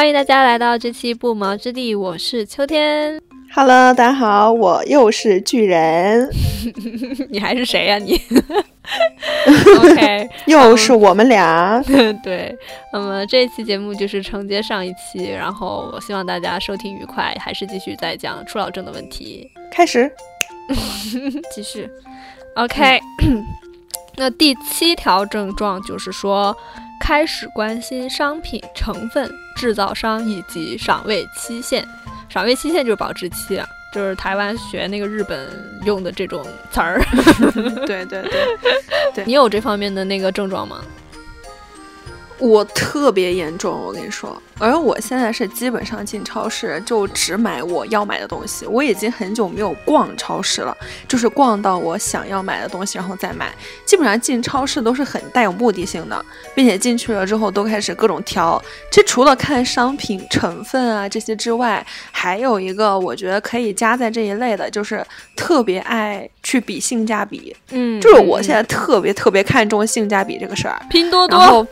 欢迎大家来到这期不毛之地，我是秋天。 Hello， 大家好，我又是巨人。 你还是谁呀你？OK， 又是我们俩。 对，那么这一期节目就是承接上一期，然后我希望大家收听愉快，还是继续在讲初老症的问题。 开始， 继续。OK，那第7条症状就是说，开始关心商品成分、制造商以及赏味期限。赏味期限就是保质期啊，就是台湾学那个日本用的这种词儿。 对， 你有这方面的那个症状吗？ 我特别严重，我跟你说，而我现在是基本上进超市就只买我要买的东西，我已经很久没有逛超市了，就是逛到我想要买的东西然后再买。基本上进超市都是很带有目的性的，并且进去了之后都开始各种挑。这除了看商品成分啊这些之外，还有一个我觉得可以加在这一类的，就是特别爱去比性价比。就是我现在特别看重性价比这个事儿。 拼多多， 然后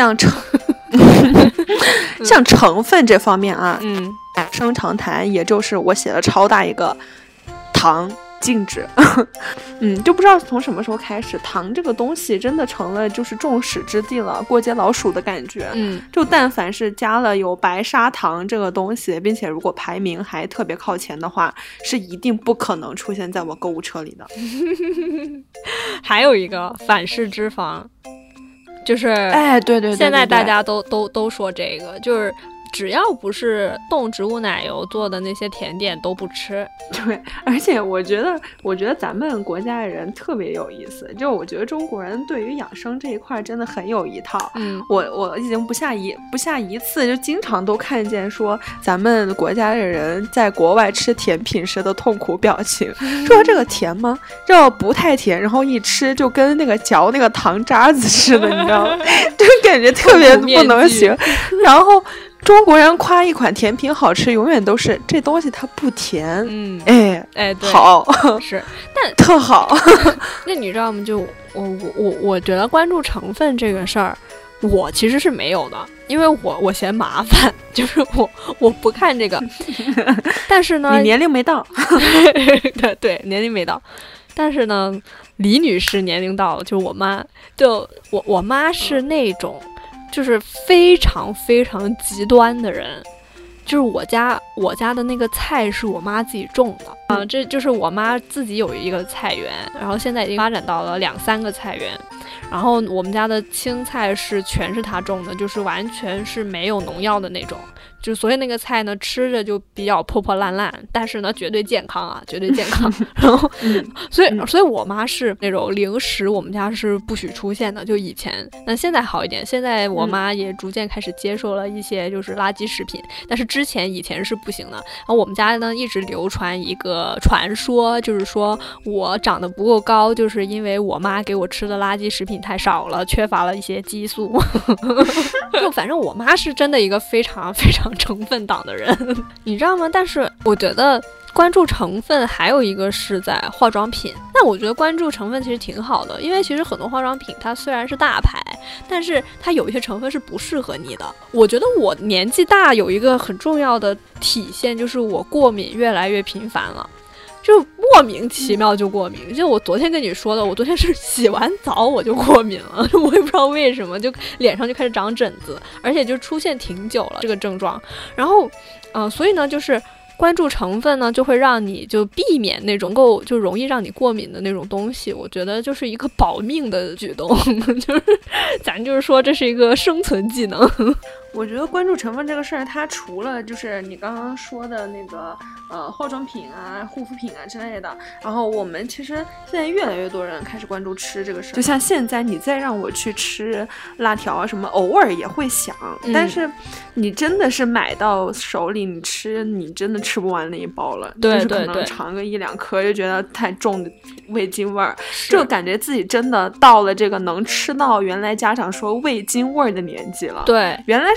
像成分这方面啊，生常谈，也就是我写了超大一个糖禁止。就不知道从什么时候开始，糖这个东西真的成了就是众矢之的了，过街老鼠的感觉。就但凡是加了有白砂糖这个东西，并且如果排名还特别靠前的话，是一定不可能出现在我购物车里的。 还有一个反式脂肪。就是， 对， 现在大家都说这个，就是只要不是动植物奶油做的那些甜点都不吃。 对，而且我觉得咱们国家的人特别有意思，就我觉得中国人对于养生这一块真的很有一套。我已经不下一次就经常都看见说咱们国家的人在国外吃甜品时的痛苦表情，说这个甜吗？这不太甜，然后一吃就跟那个嚼那个糖渣子似的，你知道吗？就感觉特别不能行。然后中国人夸一款甜品好吃，永远都是这东西它不甜。 对， 好是，但特好。 那你知道吗？就我觉得关注成分这个事儿，我其实是没有的，因为我嫌麻烦，就是我不看这个。但是呢， 你年龄没到。 对，年龄没到。但是呢，李女士年龄到了，就是我妈，就我妈是那种。就是非常极端的人，就是我家的那个菜是我妈自己种的这就是我妈自己有一个菜园，然后现在已经发展到了2-3个菜园，然后我们家的青菜是全是她种的，就是完全是没有农药的那种，就所以那个菜呢吃着就比较破破烂烂，但是呢绝对健康啊，绝对健康。然后所以我妈是那种零食我们家是不许出现的，就以前，那现在好一点，现在我妈也逐渐开始接受了一些就是垃圾食品，但是以前是不行的。然后我们家呢一直流传一个传说，就是说我长得不够高，就是因为我妈给我吃的垃圾食品太少了，缺乏了一些激素。就反正我妈是真的一个非常成分党的人，你知道吗？但是我觉得关注成分还有一个是在化妆品。那我觉得关注成分其实挺好的，因为其实很多化妆品它虽然是大牌，但是它有一些成分是不适合你的。我觉得我年纪大有一个很重要的体现，就是我过敏越来越频繁了，就莫名其妙就过敏。就我昨天跟你说的，我昨天是洗完澡我就过敏了，我也不知道为什么，就脸上就开始长疹子，而且就出现挺久了这个症状。然后所以呢就是关注成分呢，就会让你就避免那种就容易让你过敏的那种东西。我觉得就是一个保命的举动，就是咱就是说这是一个生存技能。 我觉得关注成分这个事儿，它除了就是你刚刚说的那个化妆品啊、护肤品啊之类的，然后我们其实现在越来越多人开始关注吃这个事儿。就像现在你再让我去吃辣条啊什么，偶尔也会想，但是你真的是买到手里，你吃你真的吃不完那一包了， 对， 就是可能尝个1-2颗就觉得太重的味精味儿，就感觉自己真的到了这个能吃到原来家长说味精味儿的年纪了。 对， 原来是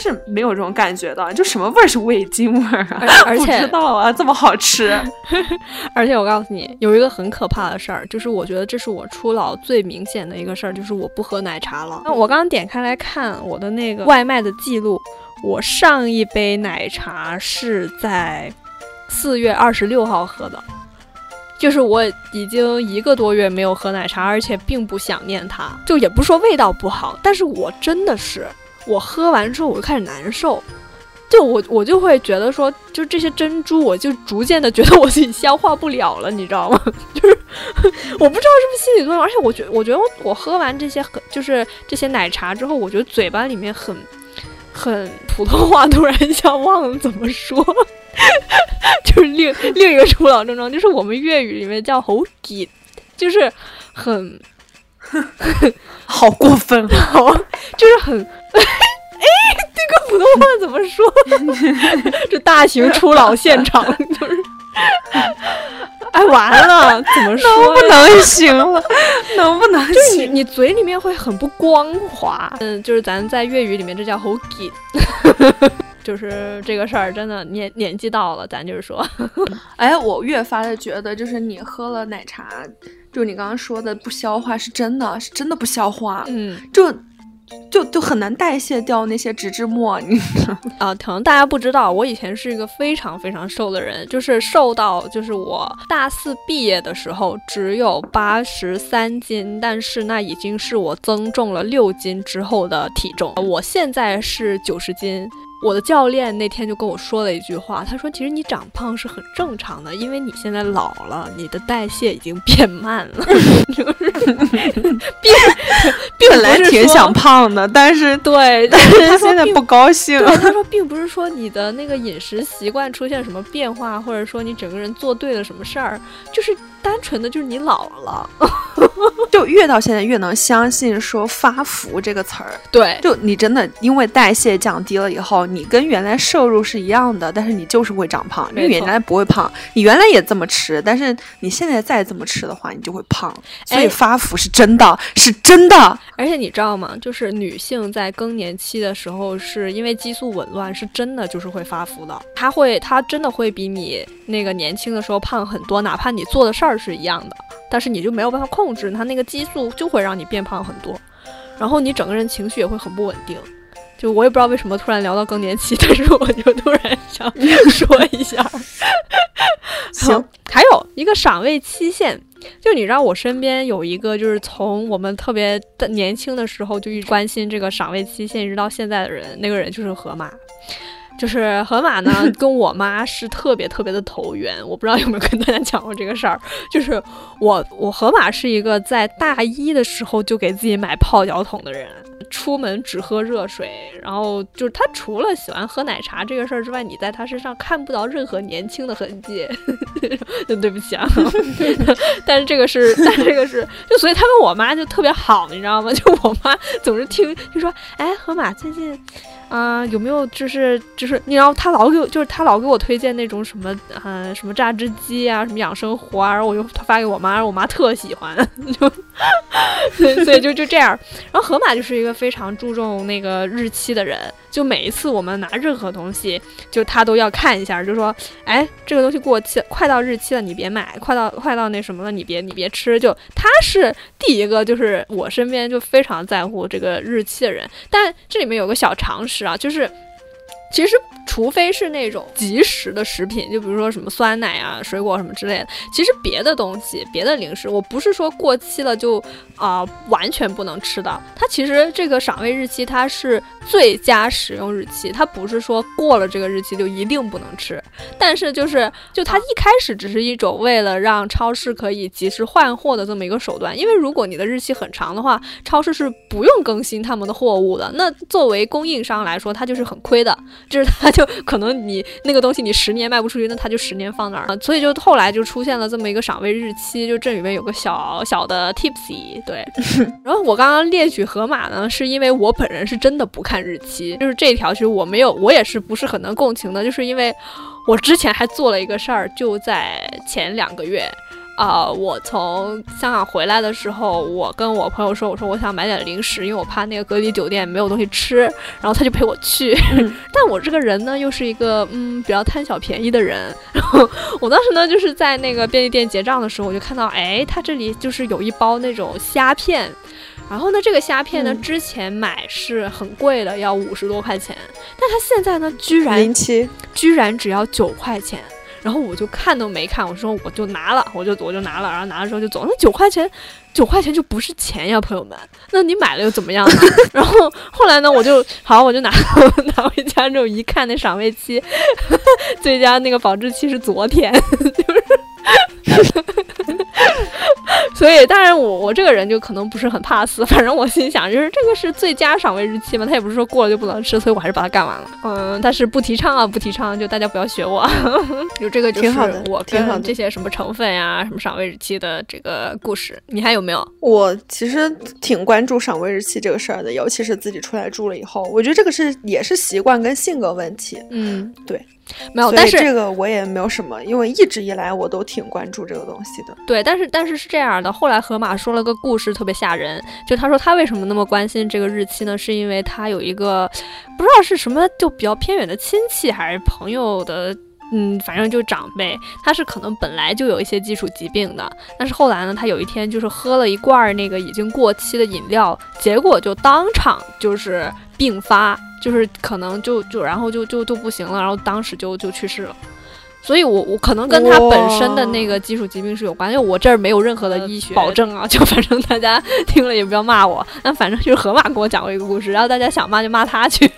是没有这种感觉的，就什么味儿是味精味儿啊？ 而且不知道啊，这么好吃。 而且我告诉你，有一个很可怕的事儿，就是我觉得这是我初老最明显的一个事儿，就是我不喝奶茶了。那我刚刚点开来看我的那个外卖的记录，我上一杯奶茶是在4月26号喝的。就是我已经1个多月没有喝奶茶，而且并不想念它，就也不是说味道不好，但是我真的是我喝完之后我就开始难受，就我就会觉得说，就这些珍珠，我就逐渐的觉得我自己消化不了了，你知道吗？就是我不知道是不是心理作用，而且我觉得我喝完这些就是这些奶茶之后，我觉得嘴巴里面很普通话，突然一下忘了怎么说。就是另一个初老症状，就是我们粤语里面叫猴急，就是很好过分啊！ 就是很这个普通话怎么说？这大型初老现场就是。完了，怎么说？ 能不能行了？能不能行？ 就是你嘴里面会很不光滑，就是咱在粤语里面这叫猴急。就是这个事儿真的年纪到了，咱就是说， 我越发的觉得，就是你喝了奶茶，就你刚刚说的不消化，是真的不消化，就很难代谢掉那些植脂末，你可能大家不知道，我以前是一个非常非常瘦的人，就是瘦到就是我大4毕业的时候只有83斤，但是那已经是我增重了6斤之后的体重，我现在是90斤。我的教练那天就跟我说了一句话，他说其实你长胖是很正常的，因为你现在老了，你的代谢已经变慢了。就是本来挺想胖的，但是他现在不高兴。 对，他说并不是说你的那个饮食习惯出现什么变化，或者说你整个人做对了什么事儿，就是单纯的就是你老了。 就越到现在越能相信说发福这个词儿。 对， 就你真的因为代谢降低了以后，你跟原来摄入是一样的，但是你就是会长胖。因为原来不会胖，你原来也这么吃，但是你现在再这么吃的话，你就会胖。所以发福是真的，是真的。 而且你知道吗？就是女性在更年期的时候，是因为激素紊乱，是真的就是会发福的。她真的会比你那个年轻的时候胖很多，哪怕你做的事儿是一样的，但是你就没有办法控制，它那个激素就会让你变胖很多，然后你整个人情绪也会很不稳定。就我也不知道为什么突然聊到更年期，但是我就突然想说一下。 行， 还有一个赏味期限，就你知道我身边有一个就是从我们特别年轻的时候就一直关心这个赏味期限一直到现在的人，那个人就是河马。就是河马呢跟我妈是特别特别的投缘，我不知道有没有跟大家讲过这个事儿。就是我河马是一个在大1的时候就给自己买泡脚桶的人，出门只喝热水，然后就是他除了喜欢喝奶茶这个事儿之外，你在他身上看不到任何年轻的痕迹。对不起啊，但是这个是就所以他跟我妈就特别好，你知道吗？就我妈总是听就说，河马最近有没有就是你知道他老给我推荐那种什么什么榨汁机啊，什么养生壶啊，然后他发给我妈，然后我妈特喜欢，所以就这样。然后河马就是一个非常注重那个日期的人，就每一次我们拿任何东西，就他都要看一下，就说这个东西过期快到日期了你别买，快到那什么了你别吃。就他是第一个就是我身边就非常在乎这个日期的人。但这里面有个小常识啊，就是其实除非是那种即食的食品，就比如说什么酸奶啊、水果什么之类的，其实别的东西、别的零食，我不是说过期了就完全不能吃的。它其实这个赏味日期它是最佳使用日期，它不是说过了这个日期就一定不能吃。但是就它一开始只是一种为了让超市可以及时换货的这么一个手段，因为如果你的日期很长的话，超市是不用更新他们的货物的。那作为供应商来说，它就是很亏的，就是它就可能你那个东西你10年卖不出去，那它就10年放那儿。所以就后来就出现了这么一个赏味日期，就这里面有个小小的 tipsy。 对，然后我刚刚列举河马呢，是因为我本人是真的不看日期，就是这条其实我也是不是很能共情的，就是因为我之前还做了一个事儿，就在前2个月我从香港回来的时候，我跟我朋友说，我说我想买点零食，因为我怕那个隔离酒店没有东西吃，然后他就陪我去。但我这个人呢，又是一个比较贪小便宜的人，然后我当时呢就是在那个便利店结账的时候，我就看到，哎，他这里就是有一包那种虾片。然后呢，这个虾片呢，之前买是很贵的，要50多块钱，但他现在呢，居然只要9块钱。然后我就看都没看，我说我就拿了，我就拿了，然后拿了之后就走。那9块钱就不是钱呀，朋友们。那你买了又怎么样呢？然后后来呢，我就拿回家之后一看，那赏味期，最佳那个保质期是昨天，就是所以当然我这个人就可能不是很怕死，反正我心想就是这个是最佳赏味日期嘛，他也不是说过了就不能吃，所以我还是把它干完了。但是不提倡，就大家不要学我。就这个就是我跟这些什么成分呀、什么赏味日期的这个故事，你还有没有？ 我其实挺关注赏味日期这个事儿的，尤其是自己出来住了以后，我觉得这个也是习惯跟性格问题。对。 没有， 但是这个我也没有什么，因为一直以来我都挺关注这个东西的。 对，但是是这样的，后来河马说了个故事特别吓人，就他说他为什么那么关心这个日期呢？是因为他有一个不知道是什么就比较偏远的亲戚还是朋友的。反正就长辈，他是可能本来就有一些基础疾病的，但是后来呢，他有一天就是喝了一罐那个已经过期的饮料，结果就当场就是病发，就是可能然后就不行了，然后当时就去世了。所以我可能跟他本身的那个基础疾病是有关，因为我这儿没有任何的医学保证啊，就反正大家听了也不要骂我，但反正就是河马跟我讲过一个故事，然后大家想骂就骂他去。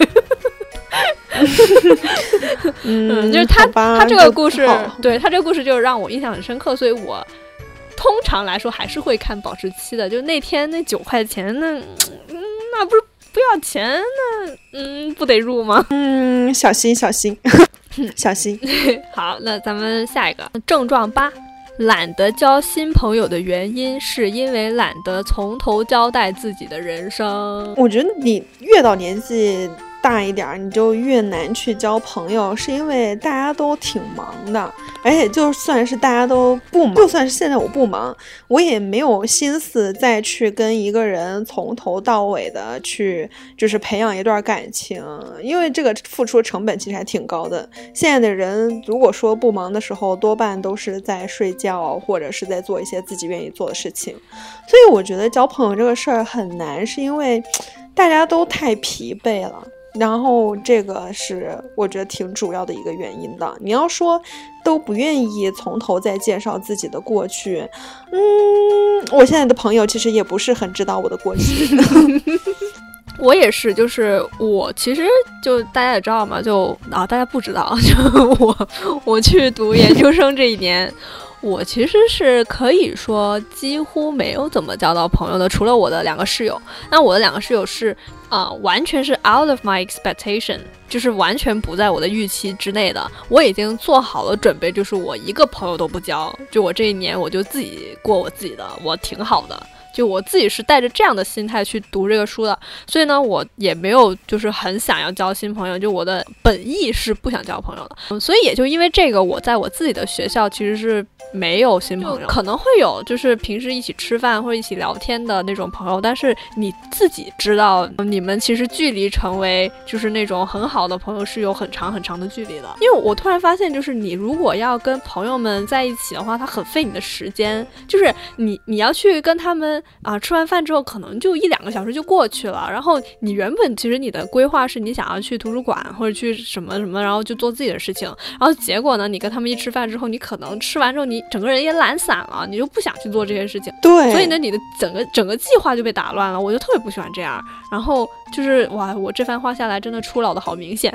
就是他这个故事，对他这个故事就让我印象很深刻，所以我通常来说还是会看保质期的。就那天那9块钱，那不是不要钱，那不得入吗？ 小心小心。 好，那咱们下一个症状8。懒得交新朋友的原因是因为懒得从头交代自己的人生。 我觉得你越到年纪大一点你就越难去交朋友，是因为大家都挺忙的，而且就算是大家都不忙，就算是现在我不忙，我也没有心思再去跟一个人从头到尾的去就是培养一段感情，因为这个付出成本其实还挺高的。现在的人如果说不忙的时候，多半都是在睡觉或者是在做一些自己愿意做的事情，所以我觉得交朋友这个事儿很难，是因为大家都太疲惫了，然后这个是我觉得挺主要的一个原因的。你要说都不愿意从头再介绍自己的过去，我现在的朋友其实也不是很知道我的过去。 我也是，就是我其实就大家也知道嘛，大家不知道，就我去读研究生这一年，我其实是可以说几乎没有怎么交到朋友的，除了我的2个室友。那我的2个室友是完全是 out of my expectation， 就是完全不在我的预期之内的。我已经做好了准备，就是我一个朋友都不交，就我这一年我就自己过我自己的，我挺好的。就我自己是带着这样的心态去读这个书的，所以呢，我也没有就是很想要交新朋友，就我的本意是不想交朋友的。所以也就因为这个，我在我自己的学校其实是没有新朋友，可能会有就是平时一起吃饭或者一起聊天的那种朋友，但是你自己知道，你们其实距离成为就是那种很好的朋友是有很长很长的距离的。因为我突然发现，就是你如果要跟朋友们在一起的话，它很费你的时间，就是你要去跟他们吃完饭之后可能就1-2个小时就过去了，然后你原本其实你的规划是你想要去图书馆或者去什么什么，然后就做自己的事情，然后结果呢，你跟他们一吃饭之后，你可能吃完之后你整个人也懒散了，你就不想去做这些事情。 对， 所以呢，你的整个计划就被打乱了。我就特别不喜欢这样。然后就是哇，我这番话下来真的初老的好明显。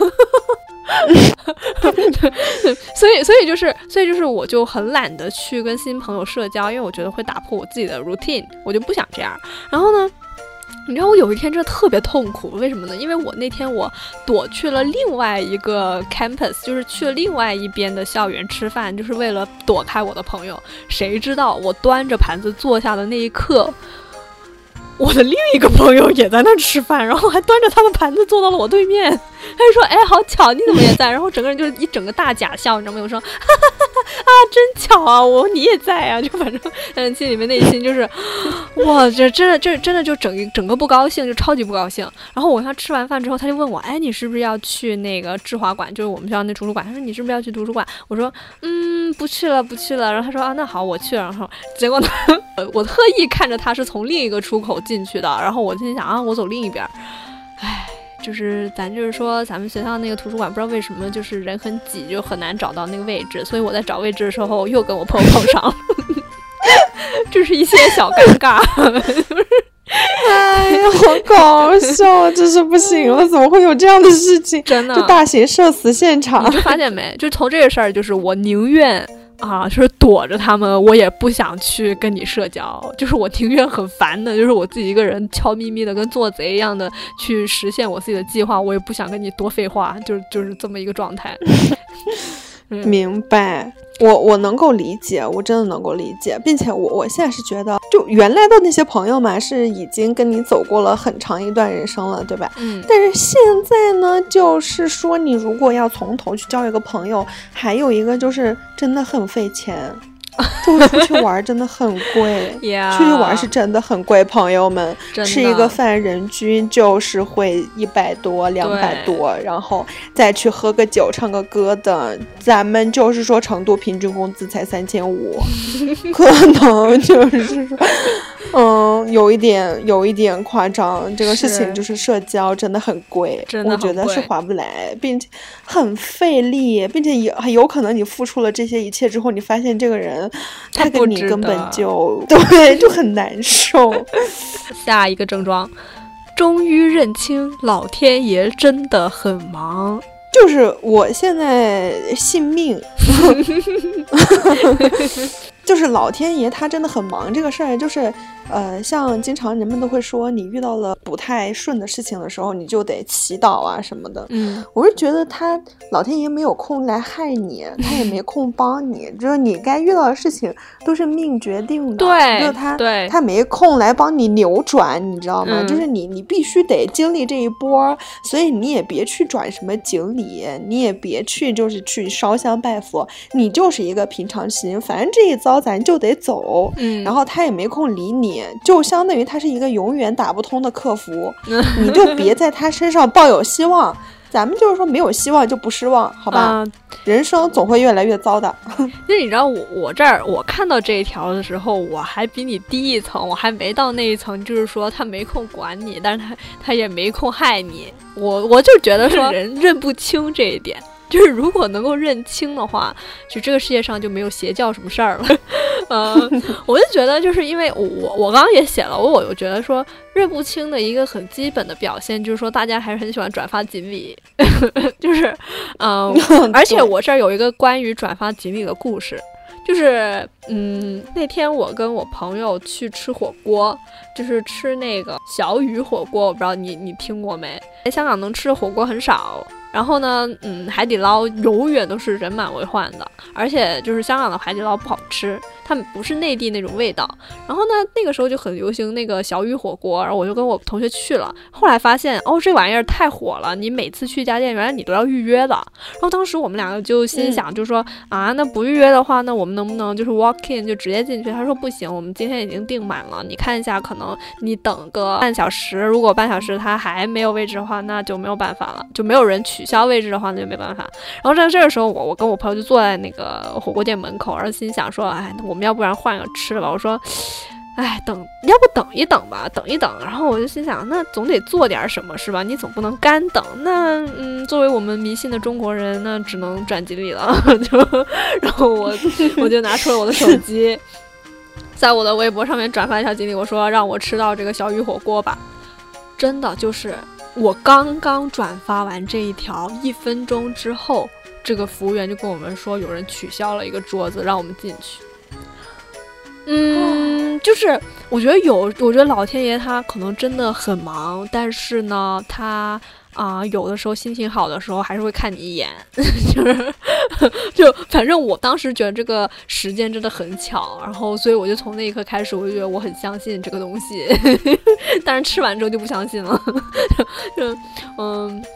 所以就是我就很懒得去跟新朋友社交，因为我觉得会打破我自己的 routine， 我就不想这样。然后呢，你知道我有一天真的特别痛苦，为什么呢？因为我那天我躲去了另外一个 campus， 就是去了另外一边的校园吃饭，就是为了躲开我的朋友。谁知道我端着盘子坐下的那一刻，我的另一个朋友也在那吃饭，然后还端着他的盘子坐到了我对面。他就说：“哎，好巧，你怎么也在？”然后整个人就一整个大假笑，你知道吗？我说：“哈哈哈哈啊， 真巧啊，你也在啊，就反正但是心里面内心就是哇，这真的就整个不高兴，就超级不高兴。然后我跟他吃完饭之后，他就问我，哎，你是不是要去那个智华馆，就是我们学校那图书馆？他说你是不是要去图书馆？我说不去了。然后他说啊，那好，我去了。然后结果呢，我特意看着他是从另一个出口进去的，然后我心想啊，我走另一边。唉，就是咱们学校那个图书馆不知道为什么就是人很挤，就很难找到那个位置，所以我在找位置的时候又跟我朋友碰上了，这是一些小尴尬。 哎呀，好搞笑，真是不行了，怎么会有这样的事情？ 真的， 就大型社死现场。 你就发现没？就从这个事儿，就是我宁愿就是躲着他们，我也不想去跟你社交，就是我宁愿很烦的，就是我自己一个人悄咪咪的跟做贼一样的去实现我自己的计划，我也不想跟你多废话，就是这么一个状态。 明白，我能够理解，我真的能够理解，并且我现在是觉得，就原来的那些朋友嘛，是已经跟你走过了很长一段人生了，对吧？但是现在呢，就是说你如果要从头去交一个朋友，还有一个就是真的很费钱。就出去玩真的很贵出去玩是真的很贵，朋友们，吃一个饭人均就是会100多200多，然后再去喝个酒唱个歌的，咱们就是说成都平均工资才3500，可能就是说有一点夸张，这个事情就是社交真的很贵，我觉得是划不来，并且很费力，并且也有可能你付出了这些一切之后，你发现这个人他跟你根本就很难受。 下一个症状，终于认清老天爷真的很忙。 就是我现在信命就是老天爷他真的很忙这个事儿，就是像经常人们都会说，你遇到了不太顺的事情的时候，你就得祈祷啊什么的。我是觉得老天爷没有空来害你，他也没空帮你，就是你该遇到的事情都是命决定的。 对， 就是他没空来帮你扭转，你知道吗？就是你必须得经历这一波，所以你也别去转什么锦鲤，你也别去就是去烧香拜佛，你就是一个平常心，反正这一遭咱就得走。然后他也没空理你，就相当于他是一个永远打不通的客服，你就别在他身上抱有希望。咱们就是说没有希望就不失望，好吧？人生总会越来越糟的。 那你知道我这儿我看到这一条的时候，我还比你低一层，我还没到那一层，就是说他没空管你，但是他也没空害你。我就觉得说人认不清这一点。就是如果能够认清的话，就这个世界上就没有邪教什么事儿了。我就觉得就是因为我刚刚也写了，我觉得说认不清的一个很基本的表现就是说大家还是很喜欢转发锦鲤，就是而且我这儿有一个关于转发锦鲤的故事。就是那天我跟我朋友去吃火锅，就是吃那个小雨火锅，我不知道你听过没？在香港能吃的火锅很少，然后呢海底捞永远都是人满为患的，而且就是香港的海底捞不好吃，他们不是内地那种味道。然后呢那个时候就很流行那个小雨火锅，然后我就跟我同学去了，后来发现这玩意儿太火了，你每次去一家店原来你都要预约的。然后当时我们两个就心想，就说那不预约的话，那我们能不能就是 walk in 就直接进去？他说不行，我们今天已经订满了，你看一下，可能你等个半小时，如果半小时他还没有位置的话，那就没有办法了，就没有人取消位置的话，那就没办法。然后在这个时候，我跟我朋友就坐在那个火锅店门口，然后心想说，我们要不然换个吃了吧？我说，要不等一等吧，等一等。然后我就心想，那总得做点什么是吧？你总不能干等。那作为我们迷信的中国人，那只能转锦鲤了。然后我就拿出了我的手机，在我的微博上面转发一条锦鲤，我说让我吃到这个小雨火锅吧。真的就是我刚刚转发完这一条，1分钟之后，这个服务员就跟我们说有人取消了一个桌子，让我们进去。就是我觉得老天爷他可能真的很忙，但是呢他有的时候心情好的时候还是会看你一眼，就反正我当时觉得这个时间真的很巧，然后所以我就从那一刻开始，我就觉得我很相信这个东西，但是吃完之后就不相信了。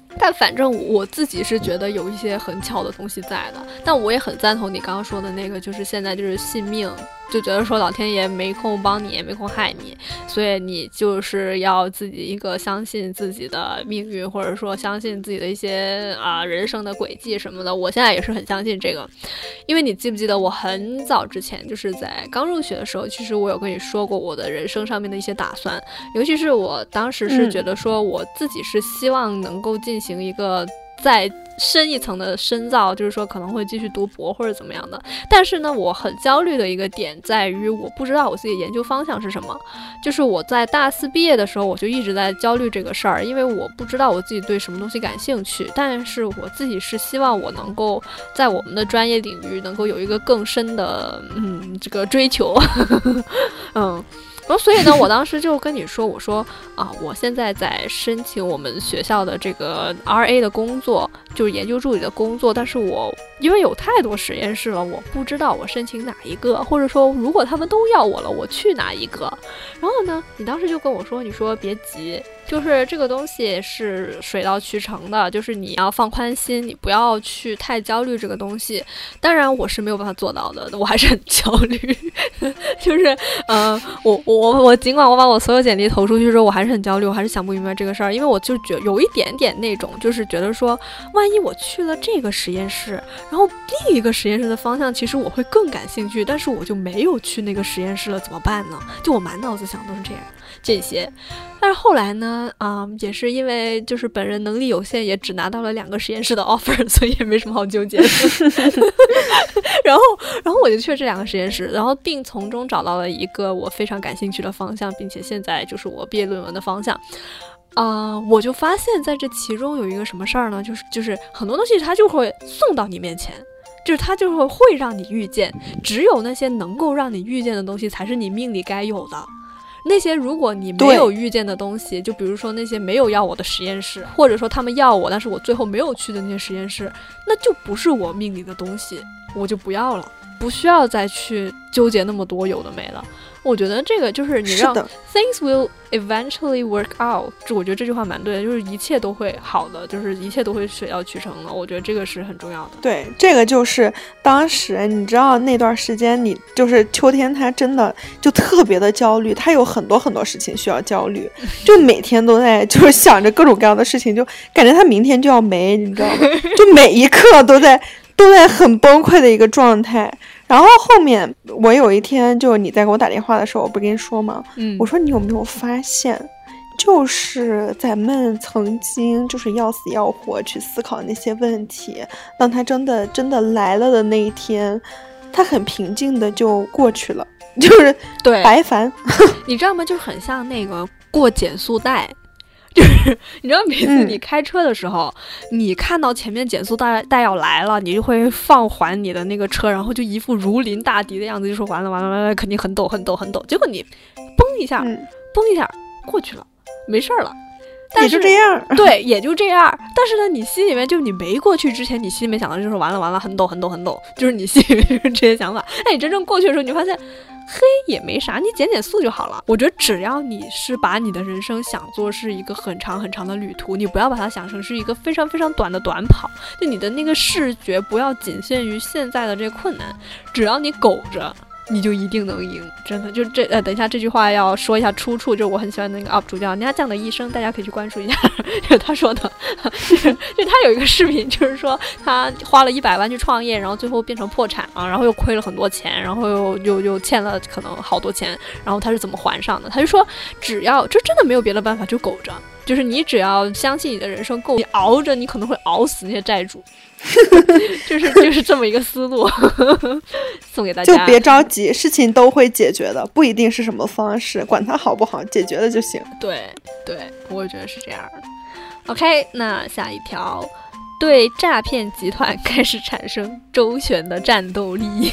但反正我自己是觉得有一些很巧的东西在的，但我也很赞同你刚刚说的那个，就是现在就是信命，就觉得说老天爷没空帮你，也没空害你，所以你就是要自己一个相信自己的命运，或者说相信自己的一些人生的轨迹什么的。我现在也是很相信这个，因为你记不记得我很早之前就是在刚入学的时候，其实我有跟你说过我的人生上面的一些打算，尤其是我当时是觉得说我自己是希望能够进行一个再深一层的深造，就是说可能会继续读博或者怎么样的。但是呢，我很焦虑的一个点在于我不知道我自己研究方向是什么，就是我在大四毕业的时候我就一直在焦虑这个事儿，因为我不知道我自己对什么东西感兴趣，但是我自己是希望我能够在我们的专业领域能够有一个更深的这个追求然后所以呢，我当时就跟你说，我说我现在在申请我们学校的这个 RA 的工作，就是研究助理的工作，但是我因为有太多实验室了，我不知道我申请哪一个，或者说如果他们都要我了，我去哪一个。然后呢，你当时就跟我说，你说别急，就是这个东西是水到渠成的，就是你要放宽心，你不要去太焦虑这个东西。当然我是没有办法做到的，我还是很焦虑就是我尽管我把我所有简历投出去之后，我还是很焦虑，我还是想不明白这个事儿，因为我就觉得有一点点那种就是觉得说，万一我去了这个实验室，然后另一个实验室的方向其实我会更感兴趣，但是我就没有去那个实验室了，怎么办呢？就我满脑子想都是这些。但是后来呢也是因为就是本人能力有限，也只拿到了2个实验室的 offer， 所以也没什么好纠结的然后我就去了这2个实验室，然后并从中找到了一个我非常感兴趣的方向，并且现在就是我毕业论文的方向。我就发现在这其中有一个什么事儿呢，就是很多东西它就会送到你面前，就是它就会让你遇见，只有那些能够让你遇见的东西才是你命里该有的。那些如果你没有遇见的东西，就比如说那些没有要我的实验室，或者说他们要我但是我最后没有去的那些实验室，那就不是我命里的东西，我就不要了，不需要再去纠结那么多有的没的。我觉得这个就是你让 things will eventually work out， 我觉得这句话蛮对的，就是一切都会好的，就是一切都会水到渠成的，我觉得这个是很重要的。 对，这个就是当时你知道那段时间你就是秋天他真的就特别的焦虑，他有很多很多事情需要焦虑，就每天都在就是想着各种各样的事情，就感觉他明天就要没，你知道吗？就每一刻都在很崩溃的一个状态。然后后面我有一天就你在给我打电话的时候，我不跟你说吗？我说你有没有发现，就是咱们曾经就是要死要活去思考那些问题，当他真的来了的那一天，他很平静的就过去了，就是白烦。 你知道吗？就是很像那个过减速带。就是你知道每次你开车的时候，你看到前面减速带要来了，你就会放缓你的那个车，然后就一副如临大敌的样子，就说完了肯定很陡很陡很陡，结果你嘣一下过去了，没事了。但是也就这样， 对，也就这样。但是呢，你心里面就你没过去之前，你心里面想的就是完了，很陡很陡很陡，就是你心里面就是这些想法。哎，你真正过去的时候，你发现，嘿，也没啥，你减速就好了。我觉得只要你是把你的人生想做是一个很长很长的旅途，你不要把它想成是一个非常非常短的短跑，就你的那个视觉不要仅限于现在的这困难，只要你苟着，你就一定能赢，真的。就等一下这句话要说一下出处，就是我很喜欢那个 UP 主叫人家酱的医生，大家可以去关注一下，就是他说的，就他有一个视频，就是说他花了100万去创业，然后最后变成破产了，然后又亏了很多钱，然后又欠了可能好多钱，然后他是怎么还上的？他就说只要这真的没有别的办法，就苟着，就是你只要相信你的人生够，你熬着，你可能会熬死那些债主。就是这么一个思路送给大家， 就别着急，事情都会解决的，不一定是什么方式，管它好不好，解决了就行。 对，我觉得是这样的。OK， 那下一条，对诈骗集团开始产生周旋的战斗力。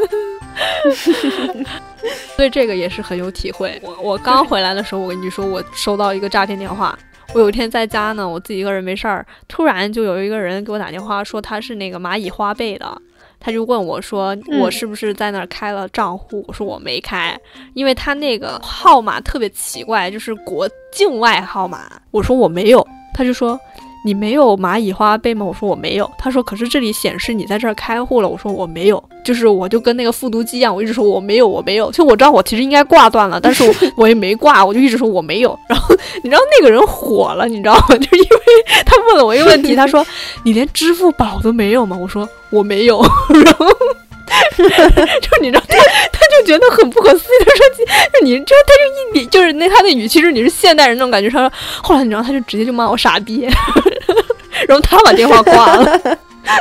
对这个也是很有体会。我刚回来的时候，我跟你说，我收到一个诈骗电话。我有一天在家呢，我自己一个人没事儿，突然就有一个人给我打电话，说他是那个蚂蚁花呗的，他就问我说我是不是在那儿开了账户，我说我没开，因为他那个号码特别奇怪，就是国境外号码，我说我没有，他就说你没有蚂蚁花呗吗？我说我没有。他说可是这里显示你在这儿开户了。我说我没有，就是我就跟那个复读机一样，我一直说我没有，我没有。就我知道我其实应该挂断了，但是我也没挂，我就一直说我没有。然后你知道那个人火了，你知道吗？就是因为他问了我一个问题，他说你连支付宝都没有吗？我说我没有。然后就你知道他就觉得很不可思议，他说就你这他就一脸就是那他的语气就是你是现代人那种感觉。他说后来你知道他就直接就骂我傻逼，然后他把电话挂了。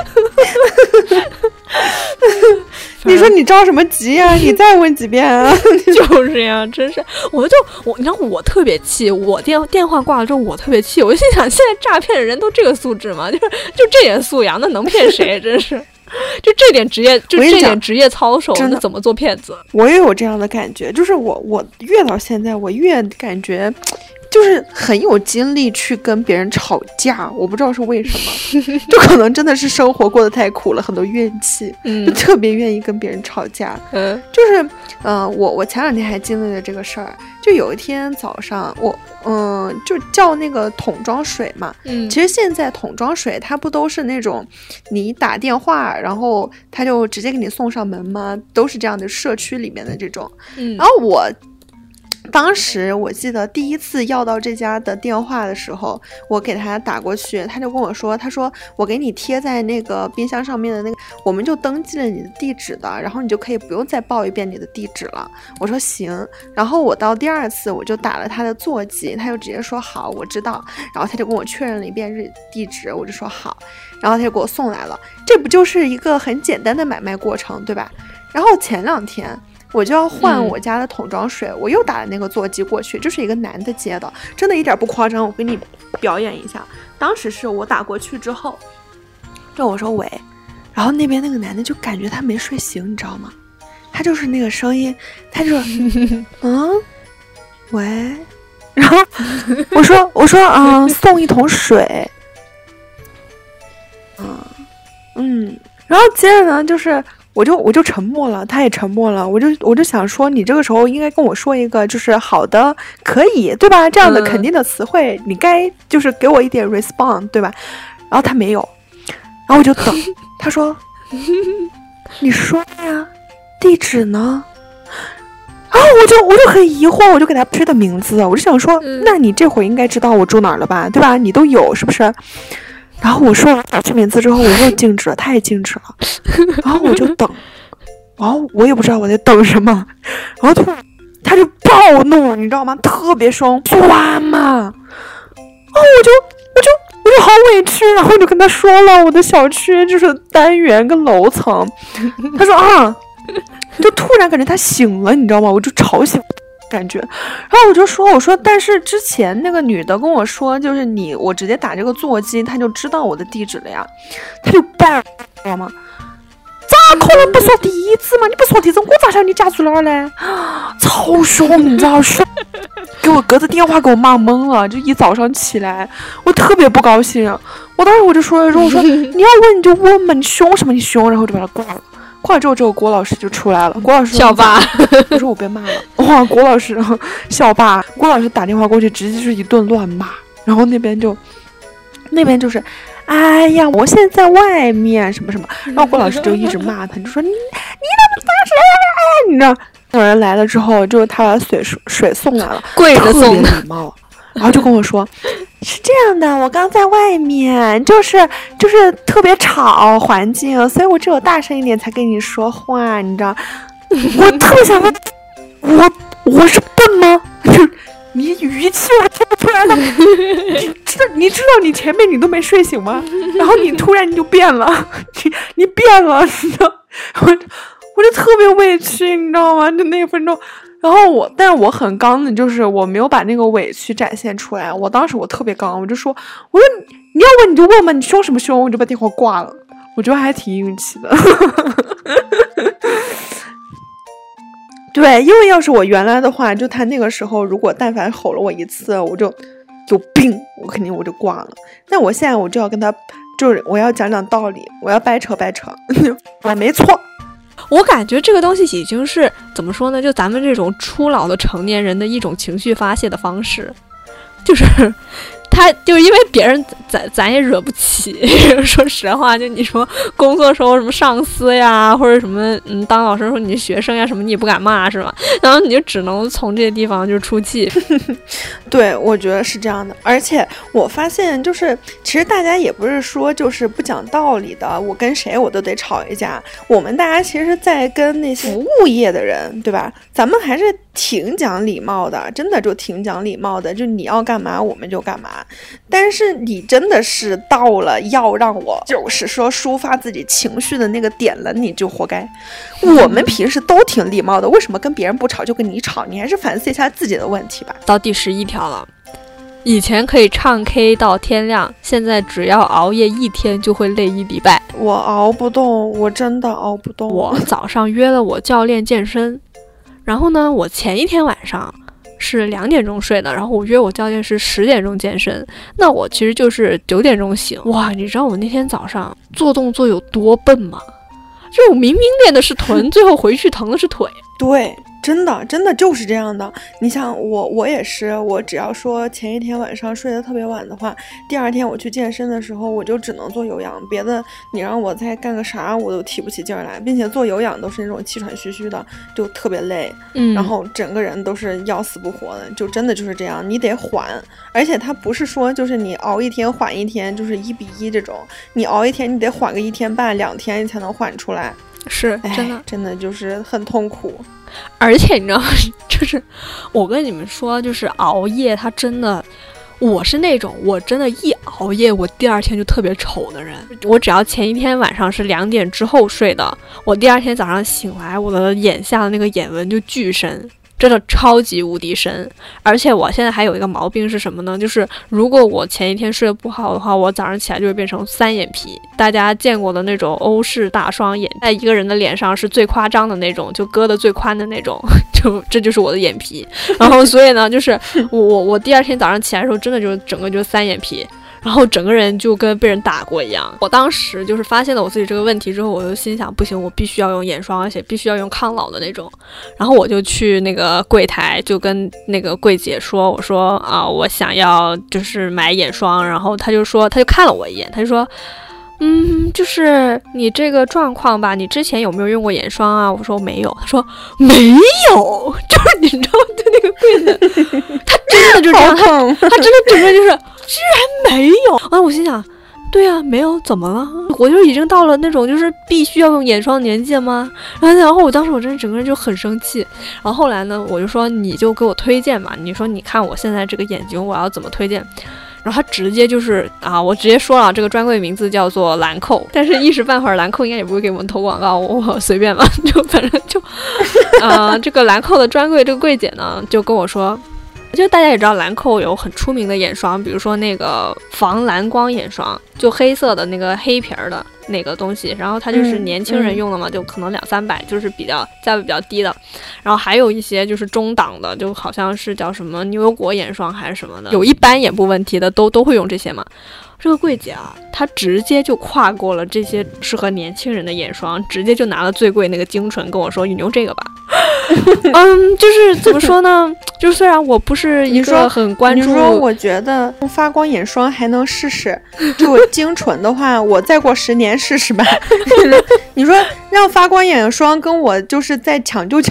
你说你着什么急呀、你再问几遍啊？ 就是呀，真是，你知道我特别气，我电话挂了之后我特别气，我就心想现在诈骗的人都这个素质吗？就这点素养，那能骗谁？真是。就这点职业操守，那怎么做骗子？ 我也有这样的感觉，就是我越到现在，我越感觉就是很有精力去跟别人吵架，我不知道是为什么，就可能真的是生活过得太苦了，很多怨气，就特别愿意跟别人吵架。就是我前2天还经历了这个事儿，就有一天早上我就叫那个桶装水嘛，其实现在桶装水它不都是那种你打电话然后他就直接给你送上门吗？都是这样的，社区里面的这种。然后当时我记得第一次要到这家的电话的时候，我给他打过去，他就跟我说，他说我给你贴在那个冰箱上面的那个，我们就登记了你的地址的，然后你就可以不用再报一遍你的地址了。我说行，然后我到第2次我就打了他的座机，他就直接说好，我知道，然后他就跟我确认了一遍地址，我就说好，然后他就给我送来了。这不就是一个很简单的买卖过程，对吧？然后前2天我就要换我家的桶装水，我又打了那个座机过去，就是一个男的接的，真的一点不夸张，我给你表演一下。当时是我打过去之后，就我说喂，然后那边那个男的就感觉他没睡醒，你知道吗？他就是那个声音，他就喂，然后我说送一桶水，然后接着呢就是我就沉默了，他也沉默了，我就想说，你这个时候应该跟我说一个就是好的，可以，对吧？这样的肯定的词汇，你该就是给我一点 respond， 对吧？然后他没有，然后我就等，他说，你说呀，地址呢？然后我就很疑惑，我就给他推的名字，我就想说，那你这会应该知道我住哪儿了吧，对吧？你都有是不是？然后我说完打去名字之后，我又静止了，他也静止了，然后我就等，然后我也不知道我在等什么，然后突然他就暴怒，你知道吗？特别凶，抓嘛！然后我就好委屈，然后我就跟他说了我的小区就是单元跟楼层，他说啊，就突然感觉他醒了，你知道吗？我就吵醒感觉，然后我说但是之前那个女的跟我说，就是我直接打这个座机，他就知道我的地址了呀，他就办，知道吗？咋可能不说地址嘛？你不说地址，我咋晓得你家住哪儿嘞？超凶，你知道凶，给我隔着电话给我骂懵了，就一早上起来，我特别不高兴。我当时我就说我说你要问你就问嘛，你凶什么？你凶，然后就把他挂了。挂了之后，郭老师就出来了。郭老师校霸， 我说我被骂了。哇，郭老师校霸，郭老师打电话过去，直接就是一顿乱骂。然后那边就是，哎呀，我现在在外面什么什么。然后郭老师就一直骂他，就说你怎么当时你知道？有人来了之后，就是他把水送来了， 跪着送的，礼貌。然后就跟我说，是这样的，我刚在外面，就是特别吵环境，所以我只有大声一点才跟你说话，你知道？我特别想问，我是笨吗？就是你语气我听不出来了，你知道你前面你都没睡醒吗？然后你突然你就变了，你变了，你知道？我就特别委屈，你知道吗？就那1分钟。然后但是我很刚的，就是我没有把那个委屈展现出来。当时我特别刚，我说你要问你就问嘛，你凶什么凶？我就把电话挂了。我觉得还挺运气的。对，因为要是我原来的话，就他那个时候如果但凡吼了我1次，我就有病，我肯定我就挂了。但我现在我就要跟他，就是我要讲道理，我要掰扯，我没错。 我感觉这个东西已经是怎么说呢？就咱们这种初老的成年人的一种情绪发泄的方式，就是他就是因为别人咱也惹不起，说实话，就你说工作时候什么上司呀，或者什么当老师说你学生呀什么，你也不敢骂是吧？然后你就只能从这些地方就出气。 对，我觉得是这样的。而且我发现就是其实大家也不是说就是不讲道理的，我跟谁我都得吵一架。我们大家其实在跟那些服务业的人，对吧？咱们还是挺讲礼貌的，真的就挺讲礼貌的，就你要干嘛我们就干嘛。但是你真的是到了要让我就是说抒发自己情绪的那个点了，你就活该。我们平时都挺礼貌的，为什么跟别人不吵就跟你吵？你还是反思一下自己的问题吧。 到第11条了，以前可以唱 K 到天亮，现在只要熬夜1天就会累1礼拜。 我熬不动，我真的熬不动。 我早上约了我教练健身，然后呢，我前一天晚上是2点钟睡的，然后我约我教练是10点钟健身，那我其实就是9点钟醒。哇，你知道我那天早上做动作有多笨吗？就我明明练的是臀，最后回去疼的是腿。 对，真的就是这样的。你想我也是，我只要说前一天晚上睡得特别晚的话，第二天我去健身的时候我就只能做有氧，别的你让我再干个啥我都提不起劲儿来，并且做有氧都是那种气喘吁吁的，就特别累，然后整个人都是要死不活的，就真的就是这样，你得缓。而且它不是说就是你熬1天缓1天，就是1比1这种，你熬1天你得缓个1天半2天你才能缓出来。 是真的就是很痛苦。 而且你知道，就是我跟你们说，就是熬夜它真的，我是那种我真的一熬夜我第二天就特别丑的人。我只要前一天晚上是2点之后睡的，我第二天早上醒来我的眼下的那个眼纹就巨深，真的超级无敌深。而且我现在还有一个毛病是什么呢？就是如果我前一天睡得不好的话，我早上起来就会变成3眼皮。大家见过的那种欧式大双眼，在一个人的脸上是最夸张的那种，就割得最宽的那种，这就是我的眼皮。然后所以呢，就是我第二天早上起来的时候，真的就是整个就是3眼皮。然后整个人就跟被人打过一样。我当时就是发现了我自己这个问题之后，我就心想，不行，我必须要用眼霜，而且必须要用抗老的那种。然后我就去那个柜台，就跟那个柜姐说，我说啊，我想要就是买眼霜。然后他就看了我一眼，他就说，就是你这个状况吧，你之前有没有用过眼霜啊？我说没有。他说没有，就是你知道，就那个柜子，他真的就这样，他真的整个就是居然没有啊！我心想，对啊，没有怎么了？我就已经到了那种就是必须要用眼霜的年纪吗？然后我当时我真的整个人就很生气。然后后来呢，我就说你就给我推荐嘛，你说你看我现在这个眼睛我要怎么推荐？然后他直接就是我直接说了，这个专柜名字叫做兰蔻，但是一时半会儿兰蔻应该也不会给我们投广告，我随便吧，就反正就这个兰蔻的专柜这个柜姐呢就跟我说，就大家也知道兰蔻有很出名的眼霜，比如说那个防蓝光眼霜，就黑色的那个黑皮儿的那个东西，然后它就是年轻人用的嘛，就可能200-300，就是比较价位比较低的。然后还有一些就是中档的，就好像是叫什么牛油果眼霜还是什么的，有一般眼部问题的都会用这些嘛。这个柜姐她直接就跨过了这些适合年轻人的眼霜，直接就拿了最贵那个精纯跟我说，你用这个吧。就是怎么说呢，就是虽然我不是一个很关注， 你说我觉得用发光眼霜还能试试，就精纯的话我再过10年试试吧。你说让发光眼霜跟我就是再抢救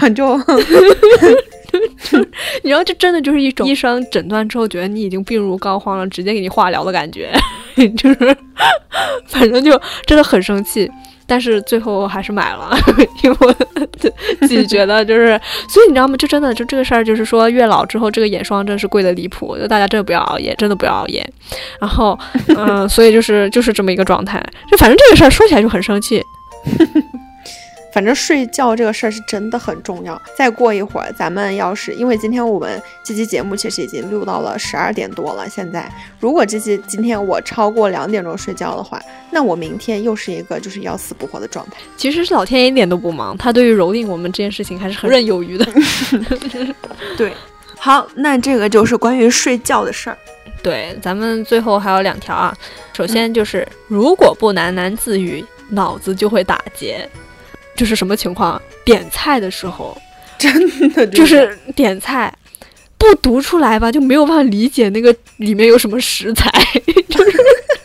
你知道这真的就是一种医生诊断之后觉得你已经病入膏肓了，直接给你化疗的感觉。就是反正就真的很生气，但是最后还是买了，因为我自己觉得就是，所以你知道吗？就真的就这个事儿，就是说越老之后，这个眼霜真是贵的离谱，就大家真的不要熬夜，真的不要熬夜。然后所以就是这么一个状态，就反正这个事儿说起来就很生气。 反正睡觉这个事儿是真的很重要。再过一会儿，咱们要是因为今天我们这期节目其实已经录到了12点多了，现在如果今天我超过2点钟睡觉的话，那我明天又是一个就是要死不活的状态。 其实是老天爷一点都不忙，他对于蹂躏我们这件事情还是很任有余的。 对，好，那这个就是关于睡觉的事儿。 对，咱们最后还有2条啊。首先就是如果不喃喃自语，脑子就会打结。就是什么情况？点菜的时候， 真的就是点菜，不不读出来吧，就没有办法理解那个里面有什么食材，就是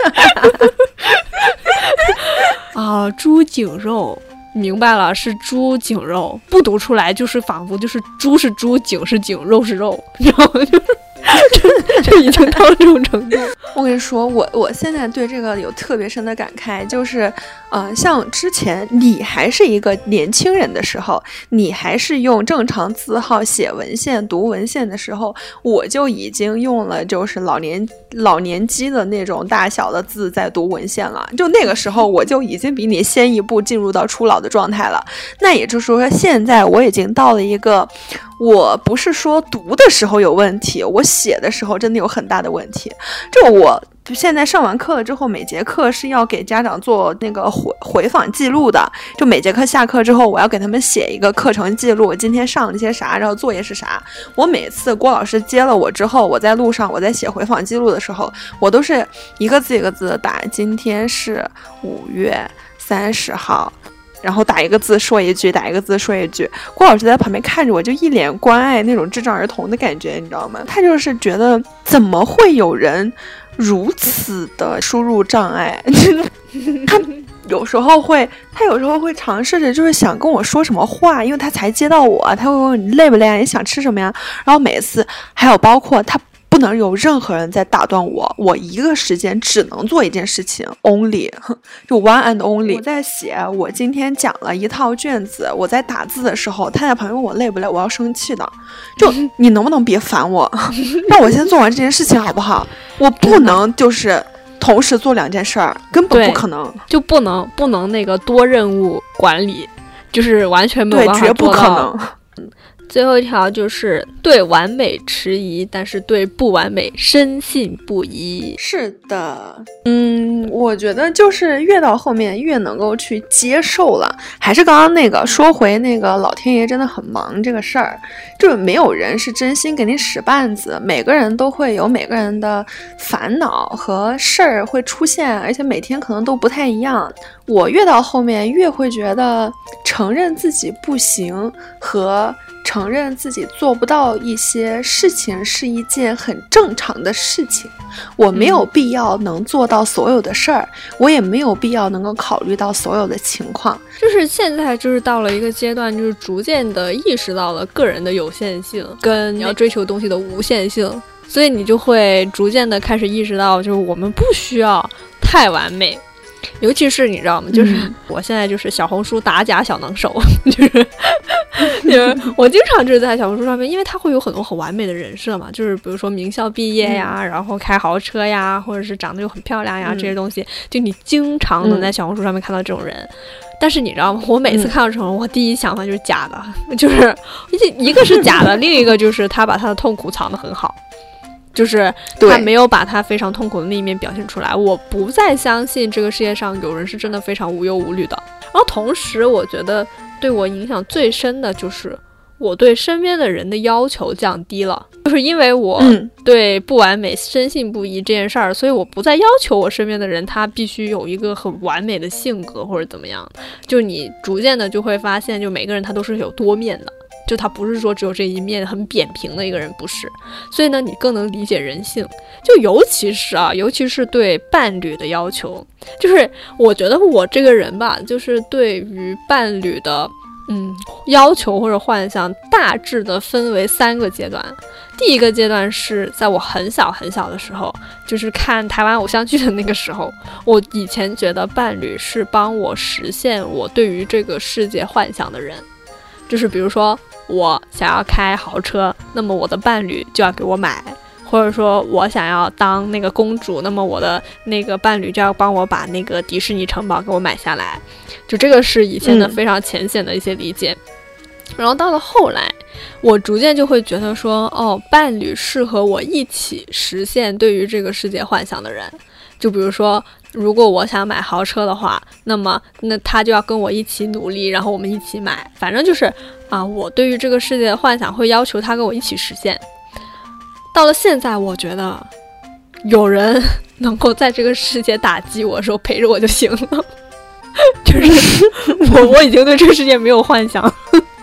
啊，猪颈肉。明白了，是猪颈肉，不读出来就是仿佛就是猪是猪，颈是颈，肉是肉，你知道吗？就已经到这种程度。 我跟你说，我现在对这个有特别深的感慨，就是像之前你还是一个年轻人的时候，你还是用正常字号写文献、读文献的时候，我就已经用了就是老年机的那种大小的字在读文献了。就那个时候，我就已经比你先一步进入到初老的状态了。那也就是说，现在我已经到了一个，我不是说读的时候有问题，我写的时候真的有很大的问题。就我现在上完课了之后，每节课是要给家长做那个回访记录的。就每节课下课之后，我要给他们写一个课程记录，今天上了些啥，然后作业是啥。我每次郭老师接了我之后，我在路上我在写回访记录的时候，我都是一个字一个字的打，今天是5月30号。然后打一个字说一句，打一个字说一句。郭老师在旁边看着我，就一脸关爱那种智障儿童的感觉，你知道吗？他就是觉得怎么会有人如此的输入障碍？他有时候会尝试着就是想跟我说什么话，因为他才接到我，他会问你累不累啊？你想吃什么呀？然后每次还有包括他。不能有任何人在打断我，我一个时间只能做一件事情 ，only 就 one and only。我在写，我今天讲了一套卷子，我在打字的时候，他在旁边问我累不累，我要生气的。就你能不能别烦我，让我先做完这件事情好不好？我不能就是同时做2件事儿，根本不可能， 就不能那个多任务管理，就是完全没有办法对，绝不可能。 最后一条就是对完美迟疑，但是对不完美深信不疑。 是的，我觉得就是越到后面越能够去接受了。还是刚刚那个说回那个老天爷真的很忙这个事儿，就是没有人是真心给你使绊子，每个人都会有每个人的烦恼和事儿会出现，而且每天可能都不太一样。我越到后面越会觉得承认自己不行和承认自己做不到一些事情是一件很正常的事情，我没有必要能做到所有的事儿，我也没有必要能够考虑到所有的情况。 就是现在就是到了一个阶段，就是逐渐的意识到了个人的有限性跟你要追求东西的无限性，所以你就会逐渐的开始意识到，就是我们不需要太完美。尤其是你知道吗？就是我现在就是小红书打假小能手，就是我经常就是在小红书上面，因为它会有很多很完美的人设嘛，就是比如说名校毕业呀，然后开豪车呀，或者是长得又很漂亮呀，这些东西，就你经常能在小红书上面看到这种人。但是你知道吗？我每次看到这种人，我第一想法就是假的，就是一个是假的，另一个就是他把他的痛苦藏得很好。就是他没有把他非常痛苦的那一面表现出来，我不再相信这个世界上有人是真的非常无忧无虑的。然后同时我觉得对我影响最深的就是我对身边的人的要求降低了，就是因为我对不完美深信不疑这件事儿，所以我不再要求我身边的人他必须有一个很完美的性格或者怎么样，就你逐渐的就会发现，就每个人他都是有多面的，就他不是说只有这一面很扁平的一个人，不是。所以呢你更能理解人性，就尤其是对伴侣的要求。就是我觉得我这个人吧，就是对于伴侣的要求或者幻想大致的分为3个阶段。第一个阶段是在我很小很小的时候，就是看台湾偶像剧的那个时候，我以前觉得伴侣是帮我实现我对于这个世界幻想的人。就是比如说我想要开豪车，那么我的伴侣就要给我买，或者说我想要当那个公主，那么我的那个伴侣就要帮我把那个迪士尼城堡给我买下来。就这个是以前的非常浅显的一些理解。然后到了后来，我逐渐就会觉得说，伴侣适合我一起实现对于这个世界幻想的人。就比如说如果我想买豪车的话，那他就要跟我一起努力，然后我们一起买。反正就是我对于这个世界的幻想会要求他跟我一起实现。到了现在，我觉得有人能够在这个世界打击我的时候陪着我就行了。就是我已经对这个世界没有幻想。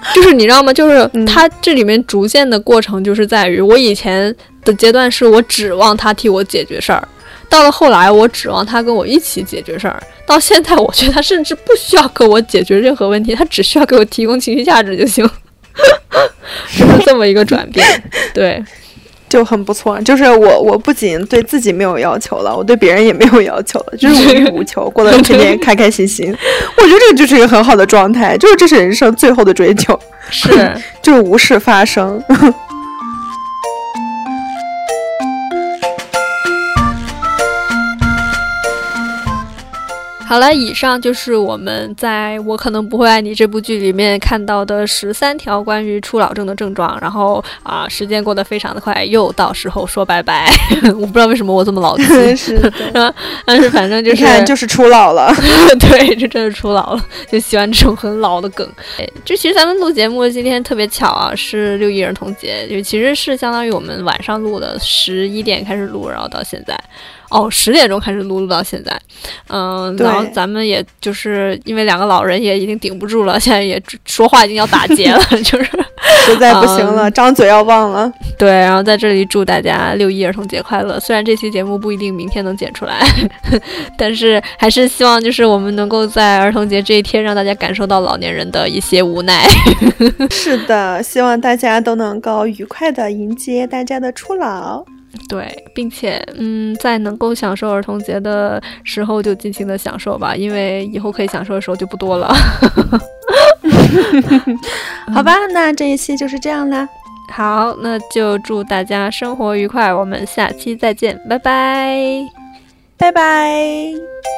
就是你知道吗？就是他这里面逐渐的过程，就是在于我以前的阶段是我指望他替我解决事儿，到了后来我指望他跟我一起解决事儿，到现在我觉得他甚至不需要跟我解决任何问题，他只需要给我提供情绪价值就行。就是这么一个转变，对。 就很不错，就是我不仅对自己没有要求了，我对别人也没有要求了，就是无欲无求，过得天天开开心心。我觉得这就是一个很好的状态，就是这是人生最后的追求， 是就是无事发生。 好了，以上就是我们在我可能不会爱你这部剧里面看到的13条关于初老症的症状。然后时间过得非常的快，又到时候说拜拜。我不知道为什么我这么老气， 是的， 但是反正就是你看就是初老了。 对，这真是初老了，就喜欢这种很老的梗。就其实咱们录节目今天特别巧啊，是6·1儿童节，就其实是相当于我们晚上录的，11点开始录，然后到现在。10点钟开始录到现在，然后咱们也就是因为2个老人也已经顶不住了，现在也说话已经要打结了，就是实在不行了，张嘴要忘了。 对，然后在这里祝大家6·1儿童节快乐。虽然这期节目不一定明天能剪出来，但是还是希望就是我们能够在儿童节这一天让大家感受到老年人的一些无奈。 是的，希望大家都能够愉快的迎接大家的初老。 对，并且在能够享受儿童节的时候就尽情的享受吧，因为以后可以享受的时候就不多了。 好吧，那这一期就是这样啦。 好，那就祝大家生活愉快，我们下期再见，拜拜， 拜拜。